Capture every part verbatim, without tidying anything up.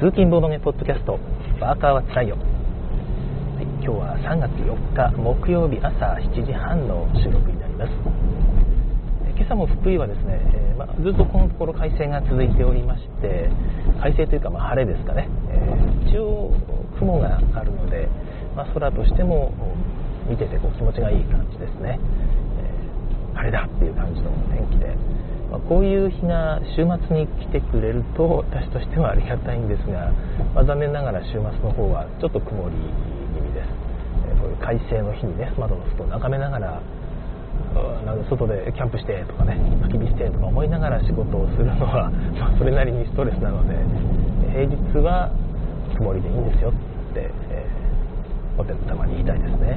通勤ボードゲームポッドキャストワーカーはつらいよ、はい、今日はさんがつよっか木曜日朝しちじはんの収録になります。今朝も福井はですね、えーまあ、ずっとこのところ快晴が続いておりまして、快晴というかまあ晴れですかね、えー、一応雲があるので、まあ、空としても見ててこう気持ちがいい感じですね、えー、晴れだっていう感じの天気で、まあ、こういう日が週末に来てくれると私としてはありがたいんですが、まあ、残念ながら週末の方はちょっと曇り気味です。えー、こういう快晴の日にね、窓の外を眺めながらなんか外でキャンプしてとかね、焚き火してとか思いながら仕事をするのは、まあ、それなりにストレスなので、平日は曇りでいいんですよって、えー、お手の玉に言いたいですね。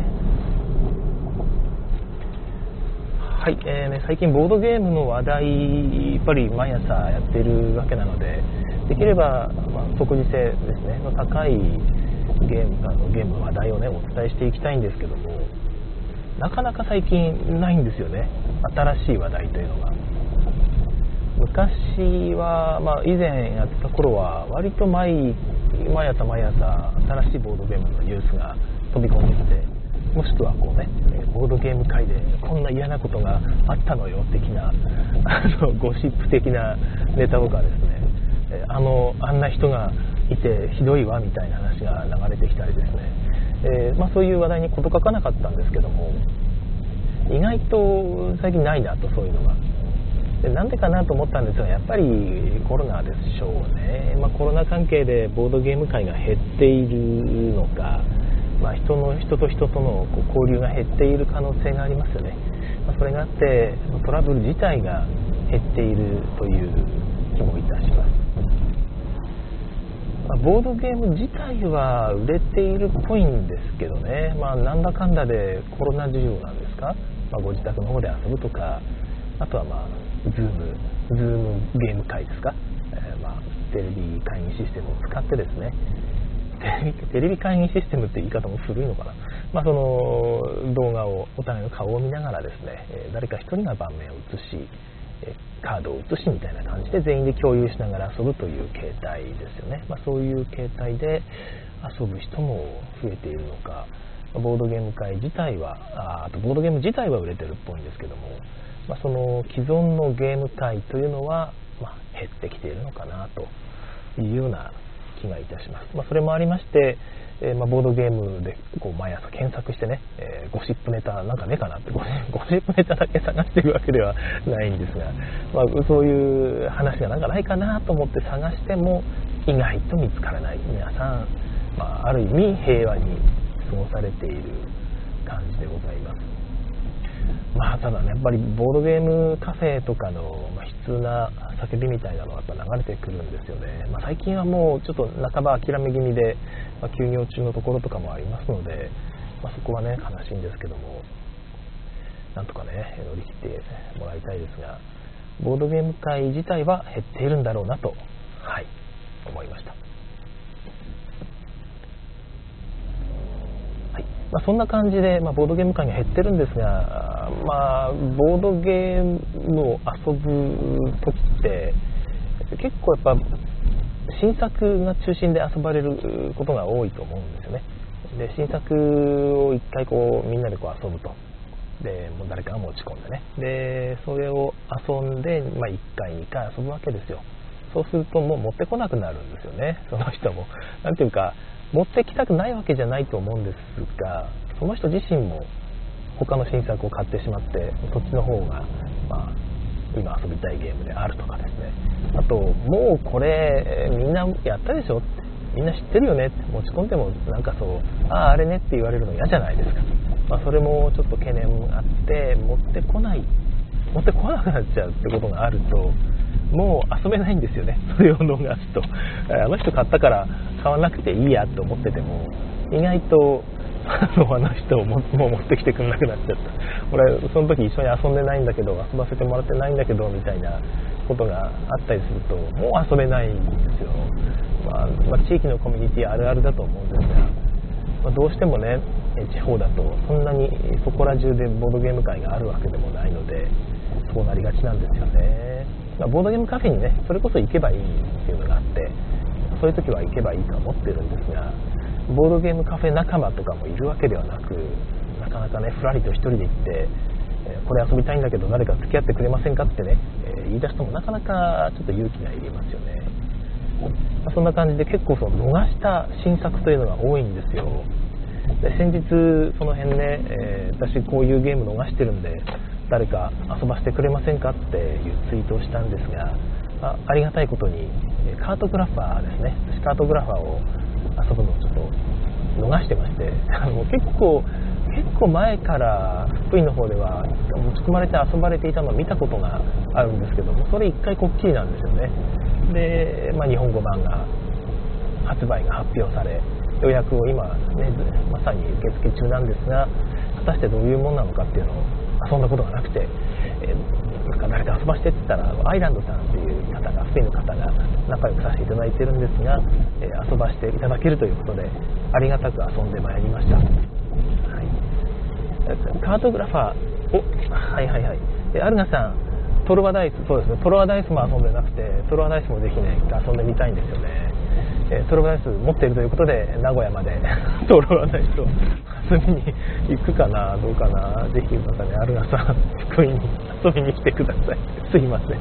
はい、えーね、最近ボードゲームの話題やっぱり毎朝やってるわけなので、できれば、まあ、即時性ですねの高いゲーム、あのゲームの話題をねお伝えしていきたいんですけども、なかなか最近ないんですよね、新しい話題というのが。昔は、まあ、以前やってた頃は割と毎毎朝毎朝新しいボードゲームのニュースが飛び込んできて、もしくはこうねボードゲーム界でこんな嫌なことがあったのよ的なあのゴシップ的なネタとかですね、あのあんな人がいてひどいわみたいな話が流れてきたりですね、えーまあ、そういう話題に事欠かなかったんですけども、意外と最近ないなと、そういうのが。でなんでかなと思ったんですが、やっぱりコロナでしょうね、まあ、コロナ関係でボードゲーム界が減っているのか、まあ、人の人と人とのこう交流が減っている可能性がありますよね。まあ、それがあってトラブル自体が減っているという気もいたします。まあ、ボードゲーム自体は売れているっぽいんですけどね、まあ、なんだかんだでコロナ需要なんですか、まあ、ご自宅の方で遊ぶとか、あとはまあズーム、ズームゲーム会ですか、えー、まあテレビ会議システムを使ってですね、テレビ会議システムって言い方も古いのかな、まあ、その動画をお互いの顔を見ながらですね、えー、誰か一人が盤面を映し、えー、カードを映しみたいな感じで全員で共有しながら遊ぶという形態ですよね。まあ、そういう形態で遊ぶ人も増えているのか、ボードゲーム界自体は あ, あとボードゲーム自体は売れてるっぽいんですけども、まあ、その既存のゲーム界というのは、まあ、減ってきているのかなというような気がいたします。まあ、それもありまして、えーまあ、ボードゲームでこう毎朝検索してね、えー、ゴシップネタなんかねえかなってゴシップネタだけ探しているわけではないんですが、まあ、そういう話がなんかないかなと思って探しても意外と見つからない。皆さん、まあ、ある意味平和に過ごされている感じでございます。まあ、ただね、やっぱりボードゲームカフェとかの、まあ、悲痛な叫びみたいなのがやっぱ流れてくるんですよね。まあ、最近はもうちょっと半ば諦め気味で、まあ、休業中のところとかもありますので、まあ、そこはね悲しいんですけども、なんとかね乗り切ってもらいたいですが、ボードゲーム界自体は減っているんだろうなと、はい、思いました。まあ、そんな感じで、まあ、ボードゲーム界が減ってるんですが、まあ、ボードゲームを遊ぶ時って結構やっぱ新作が中心で遊ばれることが多いと思うんですよね。で新作を一回こうみんなでこう遊ぶと、でもう誰かが持ち込んでね、でそれを遊んで、まあ、いっかいにかい遊ぶわけですよ。そうするともう持ってこなくなるんですよね、その人も。なんていうか持ってきたくないわけじゃないと思うんですが、その人自身も他の新作を買ってしまって、そっちの方が、まあ、今遊びたいゲームであるとかですね、あともうこれみんなやったでしょって、みんな知ってるよねって持ち込んでもなんかそう、あああれねって言われるの嫌じゃないですか。まあ、それもちょっと懸念があって持ってこない持ってこなくなっちゃうってことがあると、もう遊べないんですよね、それを逃すと。あの人買ったから買わなくていいやと思ってても、意外とあの人をももう持ってきてくれなくなっちゃった、俺その時一緒に遊んでないんだけど遊ばせてもらってないんだけどみたいなことがあったりすると、もう遊べないんですよ。まあまあ、地域のコミュニティあるあるだと思うんですが、まあ、どうしてもね地方だとそんなにそこら中でボードゲーム会があるわけでもないので、そうなりがちなんですよね。まあ、ボードゲームカフェにねそれこそ行けばいいっていうのがあって、 そういう時は行けばいいと思ってるんですが、ボードゲームカフェ仲間とかもいるわけではなく、なかなかねふらりと一人で行ってこれ遊びたいんだけど誰か付き合ってくれませんかってね、えー、言い出してもなかなかちょっと勇気がいりますよね。まあ、そんな感じで結構その逃した新作というのが多いんですよ。で先日その辺ね、えー、私こういうゲーム逃してるんで誰か遊ばせてくれませんかっていうツイートをしたんですが、あ, ありがたいことにカートグラファーですね、私カートグラファーを遊ぶのをちょっと逃してまして、あの結構結構前から福井の方では持ち込まれて遊ばれていたのを見たことがあるんですけども、それ一回こっきりなんですよね。で、まあ、日本語版が発売が発表され、予約を今、ね、まさに受付中なんですが、果たしてどういうものなのかっていうのを遊んだことがなくて、えー、なんか誰か遊ばしてって言ったらアイランドさんっていう方が福井の方が仲良くさせていただいてるんですが、えー、遊ばしていただけるということでありがたく遊んでまいりました。カートグラファー、お、はいはいはい。で、アルガさん、トロワダイス、そうですね、トロワダイスも遊んでなくて、トロワダイスもぜひね、遊んでみたいんですよね。えー、トロワダイス持っているということで、名古屋までトロワダイスを遊びに行くかな、どうかな、ぜひまたね、アルガさん、福井に遊びに来てください。すいません。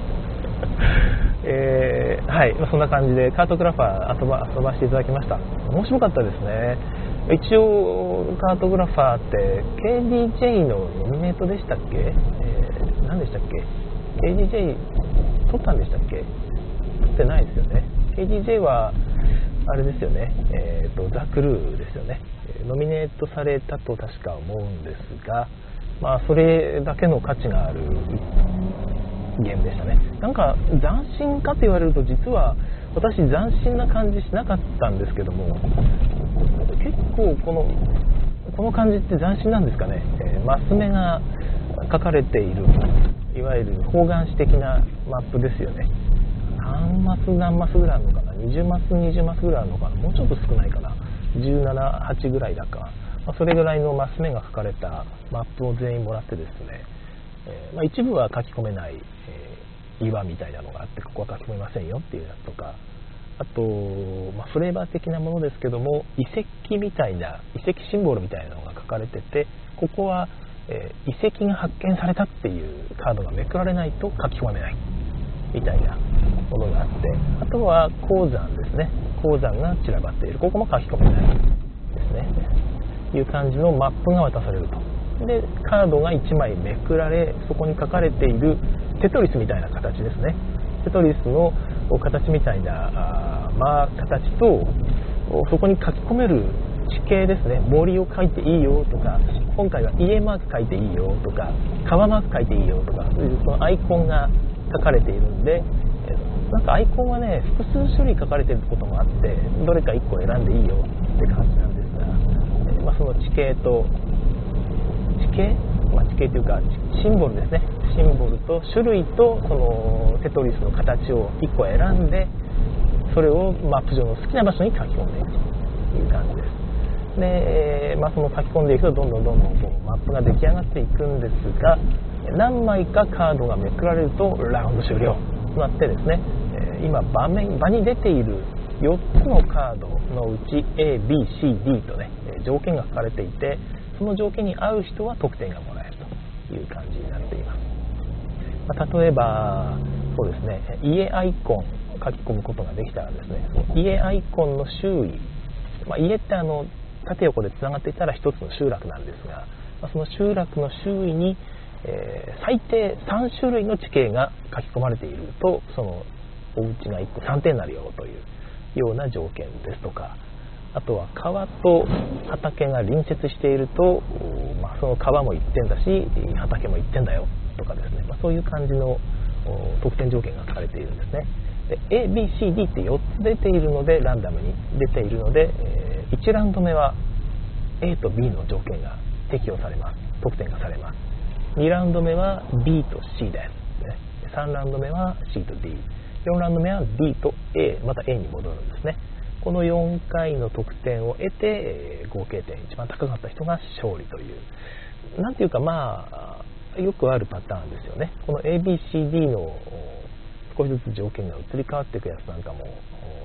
えー、はい、まあ、そんな感じでカートグラファー遊ば、遊ばせていただきました。面白かったですね。一応カートグラファーって ケーディージェイ のノミネートでしたっけ、えー、何でしたっけ、 ケーディージェイ 取ったんでしたっけ、取ってないですよね。 ケーディージェイ はあれですよね、えーと、ザ・クルーですよね。ノミネートされたと確か思うんですが、まあそれだけの価値があるゲームでしたね。なんか斬新かと言われると実は私斬新な感じしなかったんですけども、結構このこの感じって斬新なんですかね。えー、マス目が書かれているいわゆる方眼紙的なマップですよね。何マス何マスぐらいあるのかな、にじゅうマスにじゅうマスぐらいあるのかな、もうちょっと少ないかな、じゅうなな、はちぐらいだか、まあ、それぐらいのマス目が書かれたマップを全員もらってですね、えーまあ、一部は書き込めない、えー、岩みたいなのがあって、ここは書き込めませんよっていうやつとか、あと、まあ、フレーバー的なものですけども、遺跡みたいな遺跡シンボルみたいなのが書かれてて、ここは、えー、遺跡が発見されたっていうカードがめくられないと書き込めないみたいなものがあって、あとは鉱山ですね、鉱山が散らばっている、ここも書き込めないですね、いう感じのマップが渡されると。でカードがいちまいめくられ、そこに書かれているテトリスみたいな形ですね、テトリスの形みたいなあ、まあ、形とそこに書き込める地形ですね、森を書いていいよとか、今回は家マーク書いていいよとか、川マーク書いていいよとか、そういうそのアイコンが書かれているんで、なんかアイコンはね複数種類書かれていることもあって、どれかいっこ選んでいいよって感じなんですが、えまあ、その地形と地形、まあ、地形というかシンボルですね、シンボルと種類とそのテトリスの形をいっこ選んで、それをマップ上の好きな場所に書き込んでいくという感じです。で、まあ、その書き込んでいくとどんどんどんどんこうマップが出来上がっていくんですが、何枚かカードがめくられるとラウンド終了となってですね、今場面場に出ているよっつのカードのうち エービーシーディー とね条件が書かれていて、その条件に合う人は得点がもらえるという感じになっています。まあ、例えばそうですね、家アイコン書き込むことができたらですね、その家アイコンの周囲、まあ、家ってあの縦横でつながっていたら一つの集落なんですが、まあ、その集落の周囲に、えー、最低さん種類の地形が書き込まれていると、そのお家がいっこさんてんになるよというような条件ですとか、あとは川と畑が隣接していると、まあ、その川もいってんだし畑もいってんだよとかですね、まあ、そういう感じの得点条件が書かれているんですね。で エービーシーディー ってよっつ出ているので、ランダムに出ているので、えー、いちラウンド目は A と B の条件が適用されます、得点がされます。にラウンド目は B と C です、ね、さんラウンド目は C と D、よんラウンド目は D と A、 また A に戻るんですね。このよんかいの得点を得て、えー、合計点一番高かった人が勝利という、なんていうかまあよくあるパターンですよね。この エービーシーディー の少しずつ条件が移り変わっていくやつなんかも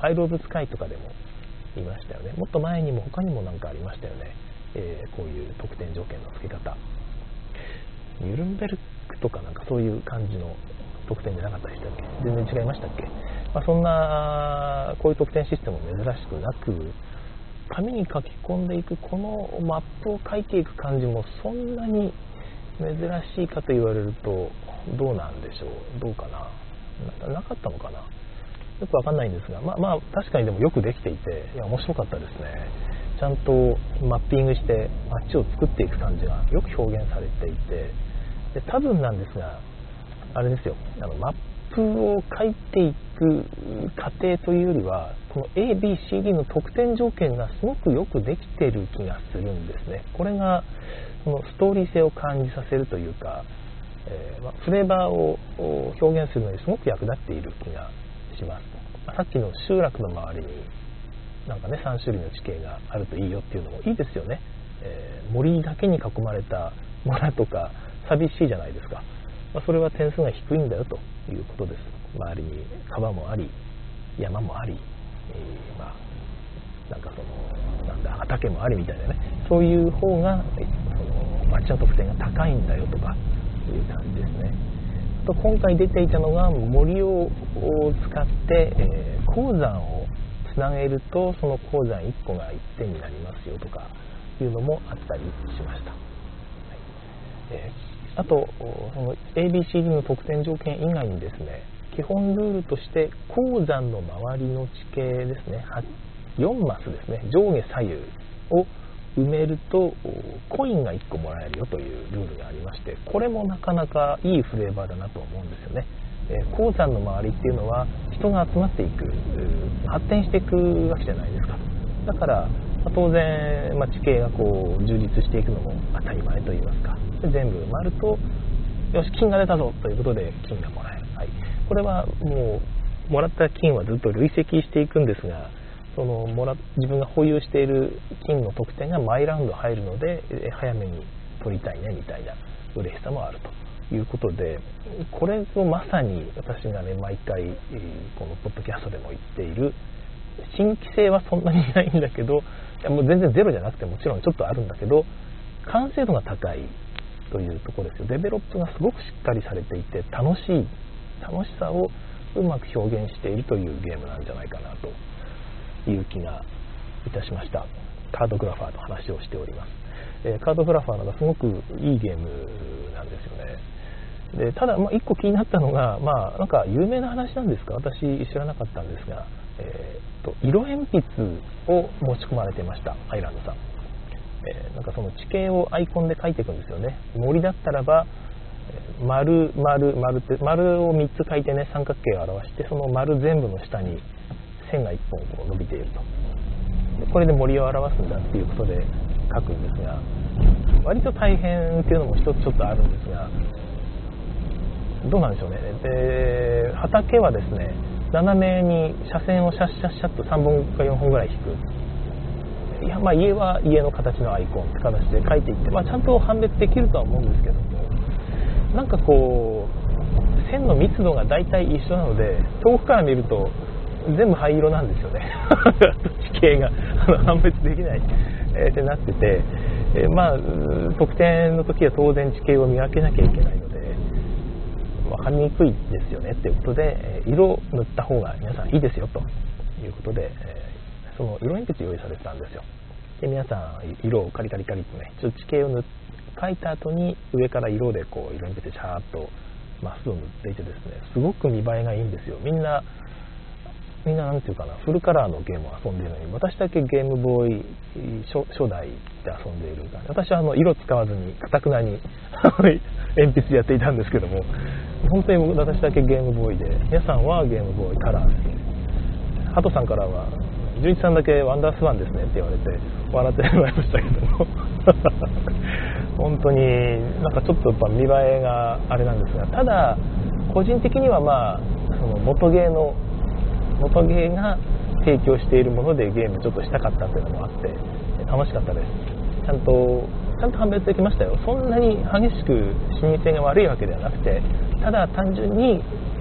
アイル・オブ・スカイとかでもいましたよね。もっと前にも他にもなんかありましたよね、えー、こういう得点条件の付け方。ニュルンベルクとかなんかそういう感じの得点じゃなかったでしたっけ？全然違いましたっけ？まあ、そんなこういう得点システムも珍しくなく、紙に書き込んでいくこのマップを書いていく感じもそんなに珍しいかと言われるとどうなんでしょう。どうかな。な, なかったのかな。よくわかんないんですが、まあまあ確かにでもよくできていて、いや面白かったですね。ちゃんとマッピングして街を作っていく感じがよく表現されていて、で多分なんですが、あれですよ、あのマップを書いていく過程というよりは、この エービーシーディー の得点条件がすごくよくできている気がするんですね。これがそのストーリー性を感じさせるというか、えーまあ、フレーバーを表現するのにすごく役立っている気がします。さっきの集落の周りになんかねさん種類の地形があるといいよっていうのもいいですよね。えー、森だけに囲まれた村とか寂しいじゃないですか。まあ、それは点数が低いんだよということです。周りに川もあり山もあり、えー、まあなんかそのなんだ畑もありみたいなね、そういう方がその町の得点が高いんだよとかいう感じですね。と今回出ていたのが森を使って、えー、鉱山をつなげるとその鉱山いっこがいってんになりますよとかいうのもあったりしました。はい、えー、あとその エービーシーディー の得点条件以外にですね、基本ルールとして鉱山の周りの地形ですね、よんマスですね、上下左右を埋めるとコインがいっこもらえるよというルールがありまして、これもなかなかいいフレーバーだなと思うんですよね。えー、鉱山の周りっていうのは人が集まっていく、発展していくわけじゃないですか。だから、まあ、当然、まあ、地形がこう充実していくのも当たり前といいますか、で全部埋まるとよし金が出たぞということで金がもらえる。はい、これはもうもらった金はずっと累積していくんですが、そのもら自分が保有している金の得点が毎ラウンド入るので、え早めに取りたいねみたいな嬉しさもあるということで、これぞまさに私がね毎回このポッドキャストでも言っている、新規性はそんなにないんだけど、いやもう全然ゼロじゃなくてもちろんちょっとあるんだけど、完成度が高いというところですよ。デベロップがすごくしっかりされていて、楽しい楽しさをうまく表現しているというゲームなんじゃないかなという気がいたしました。カードグラファーの話をしております。えー、カードグラファーなんかすごくいいゲームなんですよね。でただ、まあ、いっこ気になったのが、まあ、なんか有名な話なんですか、私知らなかったんですが、えー、と色鉛筆を持ち込まれていました、アイランドさん。えー、なんかその地形をアイコンで書いていくんですよね。森だったらば丸丸丸って丸をみっつ書いてね、三角形を表して、その丸全部の下に線がいっぽんこう伸びていると。でこれで森を表すんだっていうことで書くんですが、割と大変っていうのも一つちょっとあるんですが、どうなんでしょうね。で畑はですね、斜めに斜線をシャッシャッシャッとさんぼんかよんほんぐらい引く。いや、まあ、家は家の形のアイコンって形で書いていって、まあ、ちゃんと判別できるとは思うんですけども、なんかこう線の密度が大体一緒なので、遠くから見ると全部灰色なんですよね地形が判別できない、えー、ってなってて、えー、まあ得点の時は当然地形を見分けなきゃいけないので分かりにくいですよねっていうことで、色を塗った方が皆さんいいですよということで、えー、その色鉛筆用意されてたんですよ。で皆さん色をカリカリカリとね、ちょっと地形を塗って描いた後に上から色でこう色鉛筆でシャーッとマスを塗っていてですね、すごく見栄えがいいんですよ。みんなみんななんていうかな、フルカラーのゲームを遊んでいるのに、私だけゲームボーイ 初, 初代で遊んでいる。私はあの色使わずにかたくなに鉛筆でやっていたんですけども、本当に私だけゲームボーイで、皆さんはゲームボーイカラーですね。ハトさんからは純一さんだけワンダースワンですねって言われて笑ってしまいましたけども本当になんかちょっとやっぱ見栄えがあれなんですが、ただ個人的にはまあその元ゲーの元ゲーが提供しているものでゲームちょっとしたかったというのもあって楽しかったです。ちゃんとちゃんと判別できましたよ。そんなに激しく視認性が悪いわけではなくて、ただ単純に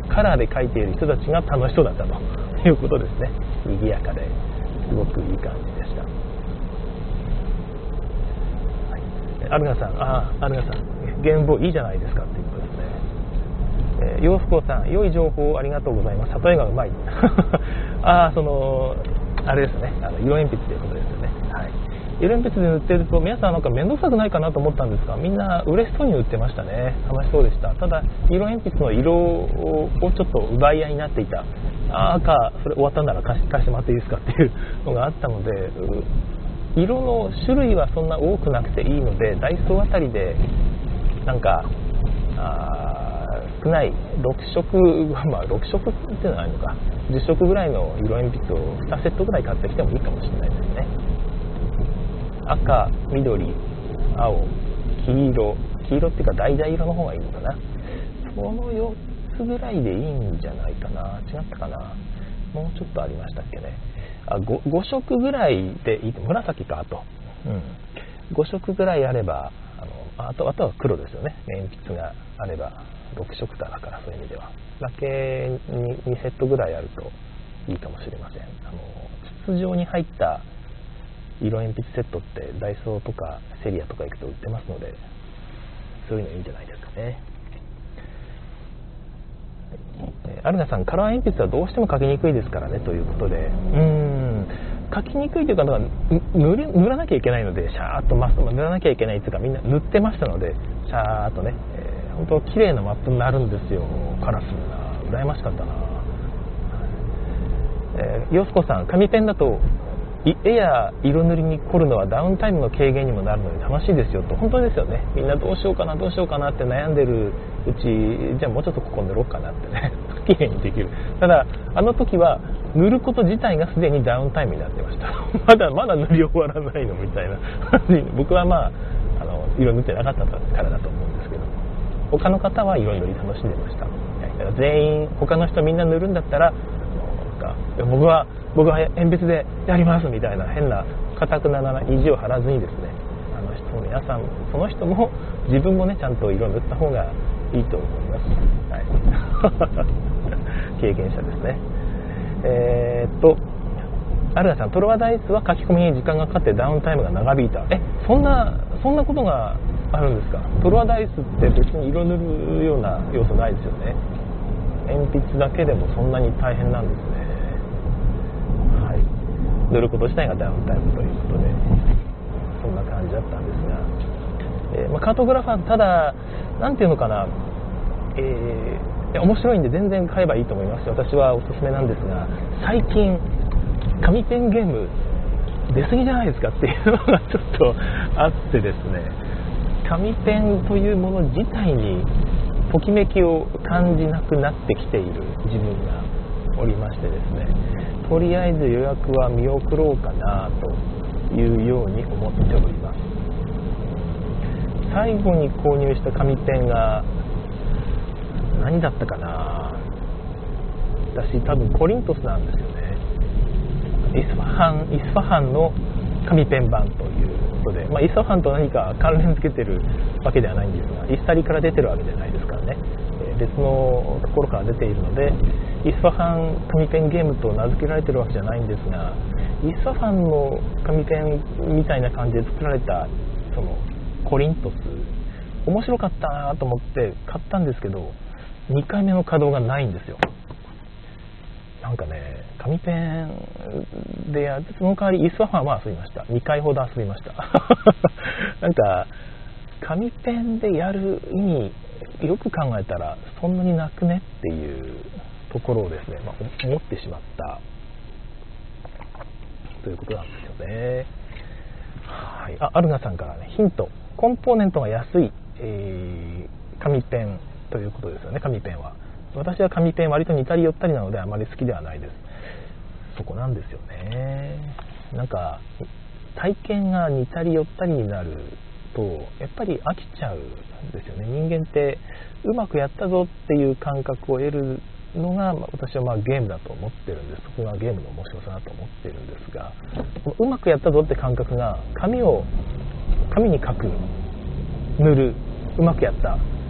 カラーで描いている人たちが楽しそうだったということですね。賑やかですごくいい感じでした。はい、アルガさん、ああ、アルガさん、ゲームボーイいいじゃないですかっていうことですね。えー、洋服さん、良い情報ありがとうございます。例えがうまい。ああ、その、あれですね、あの色鉛筆ということですよね。はい。色鉛筆で塗ってると皆さんなんか面倒くさくないかなと思ったんですが、みんな嬉しそうに塗ってましたね。楽しそうでした。ただ色鉛筆の色をちょっと奪い合いになっていた。あ赤それ終わったんなら貸し貸してもらっていいですかっていうのがあったので、色の種類はそんな多くなくていいので、ダイソーあたりでなんかあ少ないろく色、まあろく色っていうのはないのか、じゅっ色ぐらいの色鉛筆をにセットぐらい買ってきてもいいかもしれないですね。赤、緑、青、黄色、黄色っていうか橙色の方がいいのかな。そのよっつぐらいでいいんじゃないかな。違ったかな。もうちょっとありましたっけね。あ 5, ご色ぐらいでいい。紫か、あと、うん、ご色ぐらいあれば、あのあとあとは黒ですよね。鉛筆があればろく色だから、そういう意味ではだけににセットぐらいあるといいかもしれません。あの筒状に入った色鉛筆セットってダイソーとかセリアとか行くと売ってますので、そういうのいいんじゃないですかね。アルナさん、カラー鉛筆はどうしても書きにくいですからねということで、うーん書きにくいというか、塗る塗らなきゃいけないので、シャーッとマス塗らなきゃいけないというか、みんな塗ってましたので、シャーッとね、えー、本当綺麗なマップになるんですよ。カラフルな、羨ましかったな。えー、ヨスコさん、紙ペンだと絵や色塗りに凝るのはダウンタイムの軽減にもなるので楽しいですよと。本当ですよね。みんなどうしようかなどうしようかなって悩んでるうち、じゃあもうちょっとここ塗ろうかなってね綺麗にできる。ただあの時は塗ること自体がすでにダウンタイムになってましたまだまだ塗り終わらないのみたいな僕はまあ、あの色塗ってなかったからだと思うんですけど、他の方は色塗り楽しんでました。だから全員他の人みんな塗るんだったら、僕は僕は鉛筆でやりますみたいな変な固くなな意地を張らずにですね、あの人皆さんその人も自分もねちゃんと色塗った方がいいと思います、はい、経験者ですね。えー、っとアルナさん、トロワダイスは書き込みに時間がかかってダウンタイムが長引いた。えそんなそんなことがあるんですか。トロワダイスって別に色塗るような要素ないですよね。鉛筆だけでもそんなに大変なんですね。塗ること自体がダウンタイムということで、そんな感じだったんですが、えーまあ、カートグラファー、ただなんていうのかな、えー、面白いんで全然買えばいいと思いますし、私はおすすめなんですが、最近紙ペンゲーム出過ぎじゃないですかっていうのがちょっとあってですね、紙ペンというもの自体にときめきを感じなくなってきている自分がおりましてですね、とりあえず予約は見送ろうかなというように思っております。最後に購入した紙ペンが何だったかな。私多分コリントスなんですよね。イスファハンイスファハンの紙ペン版ということで、まあ、イスファハンと何か関連付けてるわけではないんですが、イスタリから出てるわけじゃないですからね、別のところから出ているので、イスファハン紙ペンゲームと名付けられてるわけじゃないんですが、イスファハンの紙ペンみたいな感じで作られたそのコリントス、面白かったなと思って買ったんですけど、にかいめの稼働がないんですよ。なんかね、紙ペンでやって、その代わりイスファハンは遊びました。にかいほど遊びましたなんか紙ペンでやる意味よく考えたらそんなになくねっていうところをですね、まあ、思ってしまったということなんですよね。はい、あ、アルナさんからね、ヒント、コンポーネントが安い、えー、紙ペンということですよね。紙ペンは、私は紙ペン割と似たり寄ったりなのであまり好きではないです。そこなんですよね。なんか体験が似たり寄ったりになるとやっぱり飽きちゃうんですよね。人間ってうまくやったぞっていう感覚を得るのが、まあ、私はまあゲームだと思ってるんです。そこがゲームの面白さだと思ってるんですが、うまくやったぞって感覚が紙を紙に書く、塗る、うまくやった、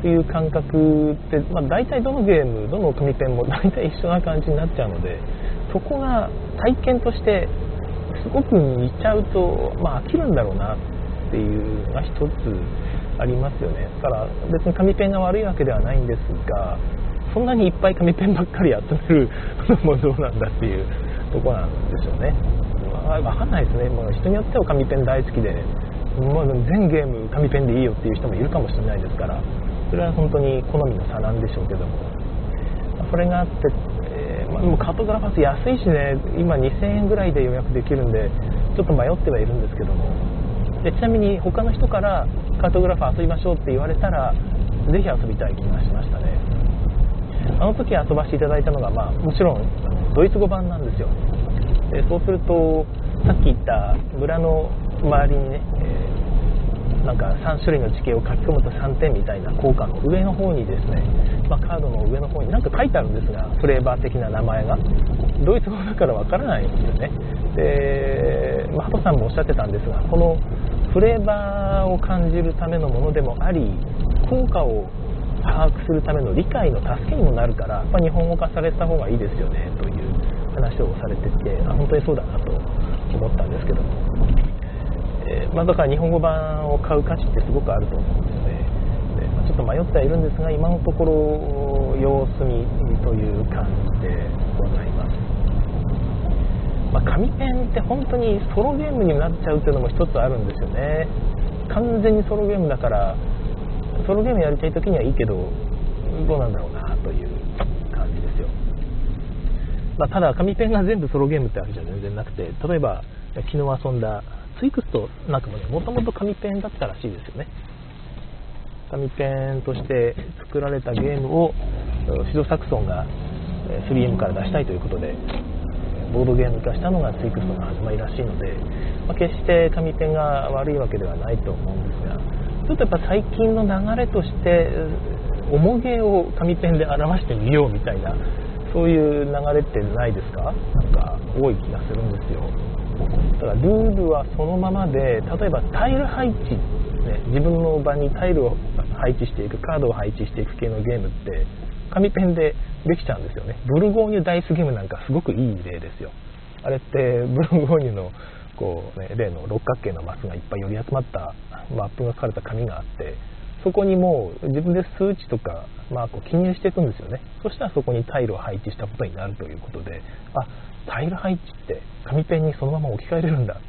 という感覚って、まあ、大体どのゲームどの紙ペンも大体一緒な感じになっちゃうので、そこが体験としてすごく似ちゃうと、まあ、飽きるんだろうなっていうのが一つありますよね。だから別に紙ペンが悪いわけではないんですが、そんなにいっぱい紙ペンばっかり集めるのもどうなんだっていうところなんですよね。まあ、分かんないですね。もう人によっては紙ペン大好きで、まあ、全ゲーム紙ペンでいいよっていう人もいるかもしれないですから、それは本当に好みの差なんでしょうけども、それがあって、えーまあ、でもカートグラファース安いしね、今にせんえんぐらいで予約できるんでちょっと迷ってはいるんですけども、でちなみに他の人からカートグラファー遊びましょうって言われたらぜひ遊びたい気がしましたね。あの時遊ばせていただいたのが、まあ、もちろんドイツ語版なんですよ。でそうするとさっき言った村の周りにね、えー、なんかさん種類の地形を書き込むとさんてんみたいな効果の上の方にですね、まあ、カードの上の方に何か書いてあるんですが、フレーバー的な名前がドイツ語だからわからないんですよね。で、まあ、ハトさんもおっしゃってたんですが、このフレーバーを感じるためのものでもあり、効果を把握するための理解の助けにもなるから、まあ、日本語化された方がいいですよねという話をされてて、あ本当にそうだなと思ったんですけども、えーまあ、だから日本語版を買う価値ってすごくあると思うんですね。で、まあ、ちょっと迷ってはいるんですが、今のところ様子見という感じでございます。まあ、紙ペンって本当にソロゲームになっちゃうっていうのも一つあるんですよね。完全にソロゲームだからソロゲームやりたい時にはいいけど、どうなんだろうなという感じですよ。まあ、ただ紙ペンが全部ソロゲームってわけじゃ全然なくて、例えば昨日遊んだツイクストなんかもね、もともと紙ペンだったらしいですよね。紙ペンとして作られたゲームをシド・サクソンが スリーエム から出したいということでボードゲーム化したのがツイクストの始まりらしいので、まあ、決して紙ペンが悪いわけではないと思うんですが、ちょっとやっぱ最近の流れとして重げを紙ペンで表してみようみたいな、そういう流れってないですか？なんか多い気がするんですよ。だからルールはそのままで、例えばタイル配置、ね、自分の場にタイルを配置していく、カードを配置していく系のゲームって紙ペンでできちゃうんですよね。ブルゴーニュダイスゲームなんかすごくいい例ですよ。あれってブルゴーニュのこう、ね、例の六角形のマスがいっぱい寄り集まったマップが書かれた紙があって、そこにもう自分で数値とかマークを記入していくんですよね。そしたらそこにタイルを配置したことになるということで、あ、タイル配置って紙ペンにそのまま置き換えれるんだって。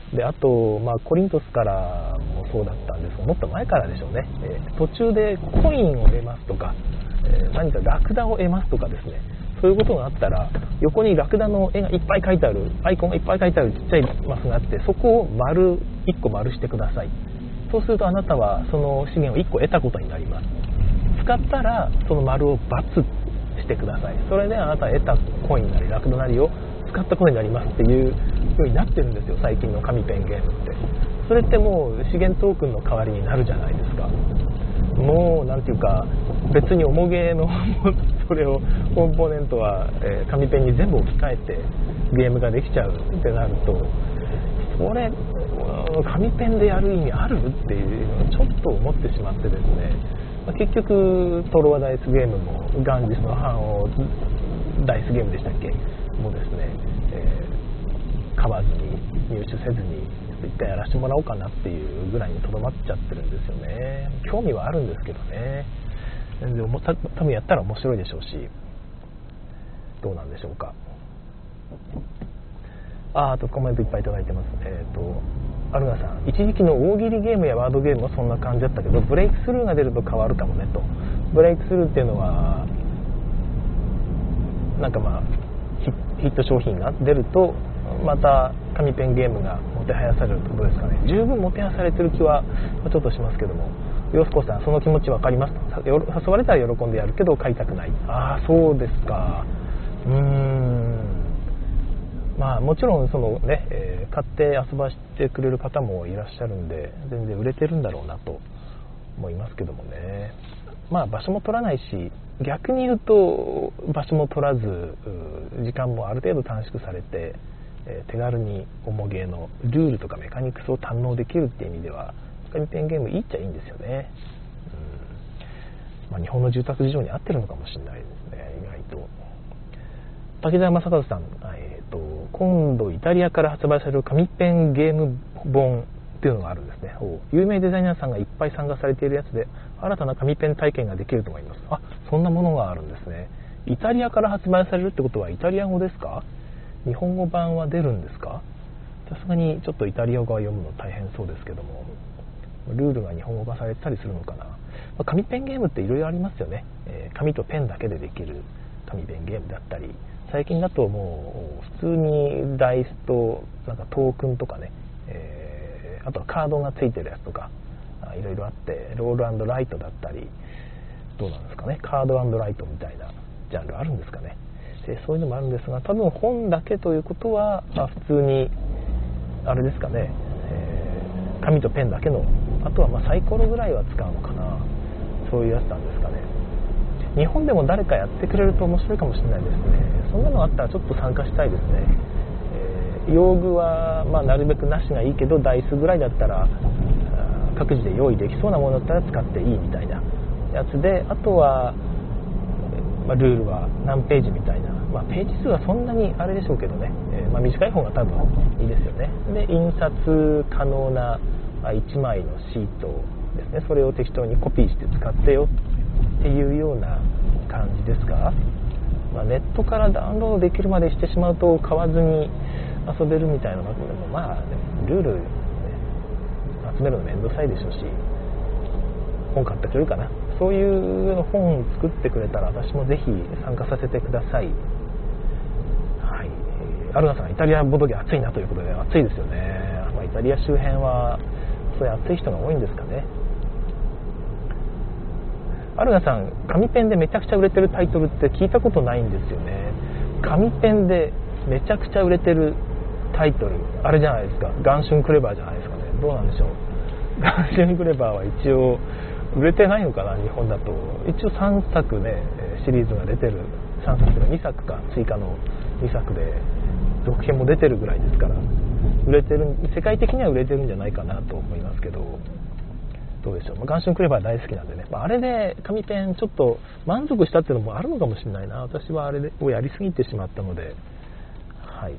であと、まあ、コリントスからもそうだったんですが、もっと前からでしょうね、えー、途中でコインを得ますとか、えー、何かラクダを得ますとかですね、そういうことがあったら横にラクダの絵がいっぱい描いてある、アイコンがいっぱい描いてあるちっちゃいマスがあって、そこを丸いっこ丸してください。そうするとあなたはその資源をいっこ得たことになります。使ったらその丸を×してください。それであなたは得たコインなりラクダなりを使ったことになりますっていう風になってるんですよ、最近の紙ペンゲームって。それってもう資源トークンの代わりになるじゃないですか。もうなんていうか、別に重げのそれをコンポーネントは、えー、紙ペンに全部置き換えてゲームができちゃうってなると、それ紙ペンでやる意味あるっていうのをちょっと思ってしまってですね、まあ、結局トロワダイスゲームもガンジスの版をダイスゲームでしたっけもうですね、えー、買わずに入手せずに一回やらせてもらおうかなっていうぐらいにとどまっちゃってるんですよね。興味はあるんですけどね、全然多分やったら面白いでしょうし、どうなんでしょうか。あ, あとコメントいっぱいいただいてます。えっ、ー、とアルガさん、一時期の大喜利ゲームやワードゲームもそんな感じだったけど、ブレイクスルーが出ると変わるかもねと。ブレイクスルーっていうのはなんかまあヒット商品が出るとまた紙ペンゲームがもてはやされるってことですかね。十分もてはやされてる気はちょっとしますけども、よすこさん、その気持ち分かります。誘われたら喜んでやるけど買いたくない。ああ、そうですか。うーん、まあもちろんそのね、えー、買って遊ばしてくれる方もいらっしゃるんで全然売れてるんだろうなと思いますけどもね。まあ場所も取らないし、逆に言うと場所も取らず時間もある程度短縮されて、えー、手軽に重ゲーのルールとかメカニクスを堪能できるっていう意味では紙ペンゲームいいっちゃいいんですよね。 まあ、日本の住宅事情に合ってるのかもしれないですね。意外と滝沢正和さん、えー、と今度イタリアから発売される紙ペンゲーム本っていうのがあるんですね。有名デザイナーさんがいっぱい参加されているやつで、新たな紙ペン体験ができると思います。あ、そんなものがあるんですね。イタリアから発売されるってことはイタリア語ですか？日本語版は出るんですか？さすがにちょっとイタリア語は読むの大変そうですけども、ルールが日本語化されたりするのかな。まあ、紙ペンゲームっていろいろありますよね、えー、紙とペンだけでできる紙ペンゲームだったり、最近だともう普通にダイスとなんかトークンとかね、えーあとはカードがついてるやつとかいろいろあって、ロール&ライトだったり、どうなんですかね、カード&ライトみたいなジャンルあるんですかね。でそういうのもあるんですが、多分本だけということは、まあ、普通にあれですかね、えー、紙とペンだけの、あとはまあサイコロぐらいは使うのかな、そういうやつなんですかね。日本でも誰かやってくれると面白いかもしれないですね。そんなのあったらちょっと参加したいですね。用具はまあなるべくなしがいいけど、ダイスぐらいだったら各自で用意できそうなものだったら使っていいみたいなやつで、あとは、まあ、ルールは何ページみたいな、まあ、ページ数はそんなにあれでしょうけどね、えーまあ、短い方が多分いいですよね。で印刷可能ないちまいのシートですね、それを適当にコピーして使ってよっていうような感じですか。まあ、ネットからダウンロードできるまでしてしまうと買わずに遊べるみたいなのでも、まあルール、ね、集めるのめんどくさいでしょうし、本買ってくれるかな。そういう本作ってくれたら私もぜひ参加させてください。はい、アルナさん、イタリアボドゲ暑いなということで、暑いですよね。まあ、イタリア周辺はそういう暑い人が多いんですかね。アルナさん、紙ペンでめちゃくちゃ売れてるタイトルって聞いたことないんですよね。紙ペンでめちゃくちゃ売れてるタイトル、あれじゃないですか、ガンシュンクレバーじゃないですかね。どうなんでしょう。ガンシュンクレバーは一応売れてないのかな、日本だと。一応さんさくね、シリーズが出てる、さんさくがにさくか、追加のにさくで続編も出てるぐらいですから、売れてる、世界的には売れてるんじゃないかなと思いますけど、どうでしょう。まあ、ガンシュンクレバー大好きなんでね、まあ、あれで紙ペンちょっと満足したっていうのもあるのかもしれないな。私はあれをやりすぎてしまったので。はい。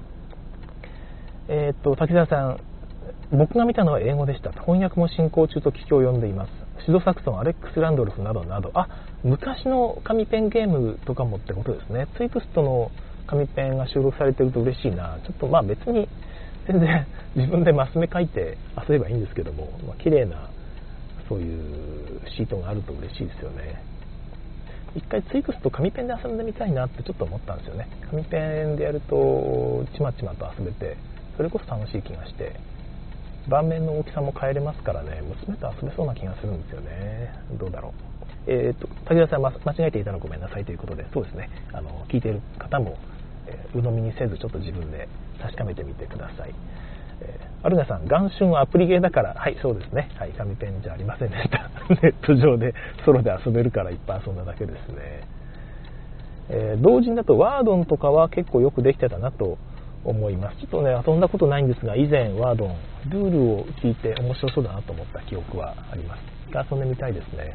えー、っと滝沢さん、僕が見たのは英語でした。翻訳も進行中と聞きを読んでいます。シドサクソン、アレックス・ランドルフなどなど、あ、昔の紙ペンゲームとかもってことですね。ツイプストの紙ペンが収録されてると嬉しいな。ちょっとまあ別に全然自分でマス目書いて遊べばいいんですけども、まあ、綺麗なそういうシートがあると嬉しいですよね。一回ツイプスと紙ペンで遊んでみたいなってちょっと思ったんですよね。紙ペンでやるとちまちまと遊べて、それこそ楽しい気がして、盤面の大きさも変えれますからね、娘と遊べそうな気がするんですよね。どうだろう。えーと滝沢さん、間違えていたらごめんなさいということで、そうですね、あの聞いている方も、えー、鵜呑みにせずちょっと自分で確かめてみてください。えー、アルナさん、ガンシュンはアプリゲーだから、はい、そうですね、はい、紙ペンじゃありませんでしたネット上でソロで遊べるからいっぱい遊んだだけですね。えー、同人だとワードンとかは結構よくできてたなと思います。ちょっとね遊んだことないんですが、以前ワードンルールを聞いて面白そうだなと思った記憶はあります。遊んでみたいですね。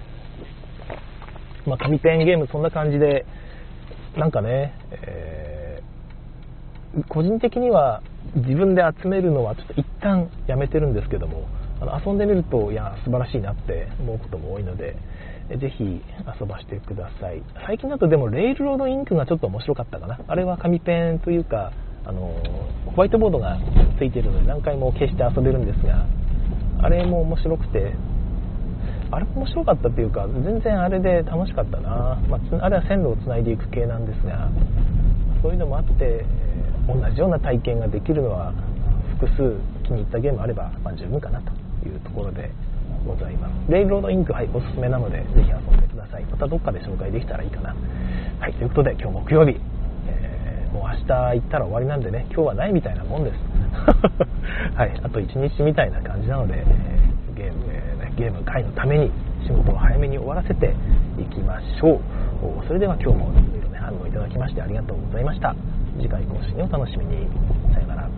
まあ、紙ペンゲームそんな感じで、なんかね、えー、個人的には自分で集めるのはちょっと一旦やめてるんですけども、あの遊んでみるといや素晴らしいなって思うことも多いので、ぜひ遊ばせてください。最近だとでもレイルロードインクがちょっと面白かったかな。あれは紙ペンというか、あのホワイトボードがついているので何回も消して遊べるんですが、あれも面白くて、あれも面白かったっていうか、全然あれで楽しかったな。まあ、あれは線路をつないでいく系なんですが、そういうのもあって、同じような体験ができるのは複数気に入ったゲームあれば、まあ、十分かなというところでございます。レイルロードインク、はい、おすすめなのでぜひ遊んでください。またどっかで紹介できたらいいかな。はい、ということで今日木曜日、えー、もう明日行ったら終わりなんでね、今日はないみたいなもんですはい、あと一日みたいな感じなので、えー、ゲーム、えー、ゲーム会のために仕事を早めに終わらせていきましょう。それでは今日もいろいろね反応いただきましてありがとうございました。次回更新をお楽しみに。さよなら。